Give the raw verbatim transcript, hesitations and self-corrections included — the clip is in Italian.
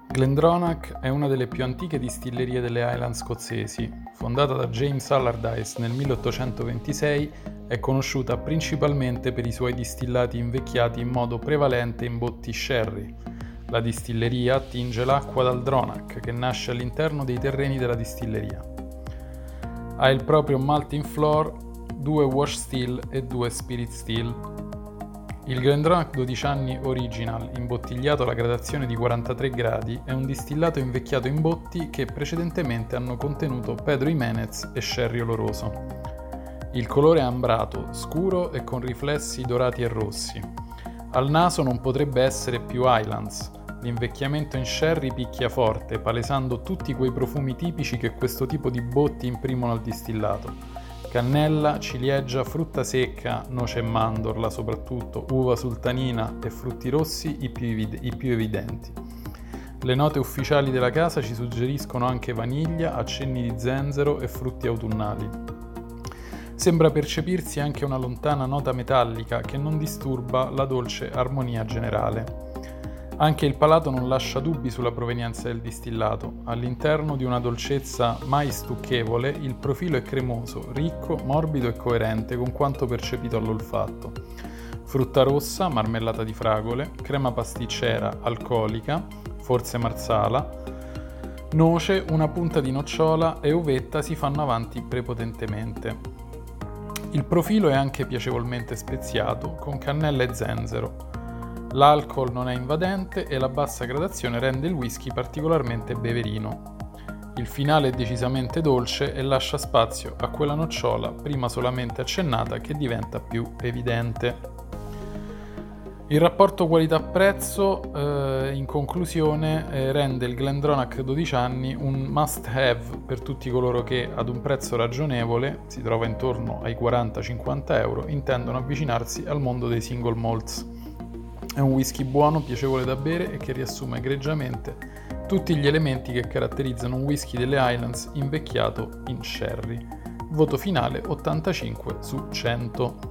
Glendronach è una delle più antiche distillerie delle Highlands scozzesi. Fondata da James Allardyce nel milleottocentoventisei, è conosciuta principalmente per i suoi distillati invecchiati in modo prevalente in botti sherry. La distilleria attinge l'acqua dal Dronach, che nasce all'interno dei terreni della distilleria. Ha il proprio malting floor, due wash still e due spirit still. Il Glendronach dodici anni Original, imbottigliato alla gradazione di quarantatré gradi, è un distillato invecchiato in botti che precedentemente hanno contenuto Pedro Jiménez e sherry oloroso. Il colore è ambrato, scuro e con riflessi dorati e rossi. Al naso non potrebbe essere più Highlands. L'invecchiamento in sherry picchia forte, palesando tutti quei profumi tipici che questo tipo di botti imprimono al distillato. Cannella, ciliegia, frutta secca, noce e mandorla soprattutto, uva sultanina e frutti rossi i più, evid- i più evidenti. Le note ufficiali della casa ci suggeriscono anche vaniglia, accenni di zenzero e frutti autunnali. Sembra percepirsi anche una lontana nota metallica che non disturba la dolce armonia generale. Anche il palato non lascia dubbi sulla provenienza del distillato. All'interno di una dolcezza mai stucchevole, il profilo è cremoso, ricco, morbido e coerente con quanto percepito all'olfatto. Frutta rossa, marmellata di fragole, crema pasticcera, alcolica, forse marsala, noce, una punta di nocciola e uvetta si fanno avanti prepotentemente. Il profilo è anche piacevolmente speziato, con cannella e zenzero. L'alcol non è invadente e la bassa gradazione rende il whisky particolarmente beverino. Il finale è decisamente dolce e lascia spazio a quella nocciola prima solamente accennata che diventa più evidente. Il rapporto qualità-prezzo, eh, in conclusione, eh, rende il Glendronach dodici anni un must-have per tutti coloro che, ad un prezzo ragionevole, si trova intorno ai quaranta cinquanta euro, intendono avvicinarsi al mondo dei single malts. È un whisky buono, piacevole da bere e che riassume egregiamente tutti gli elementi che caratterizzano un whisky delle Highlands invecchiato in sherry. Voto finale ottantacinque su cento.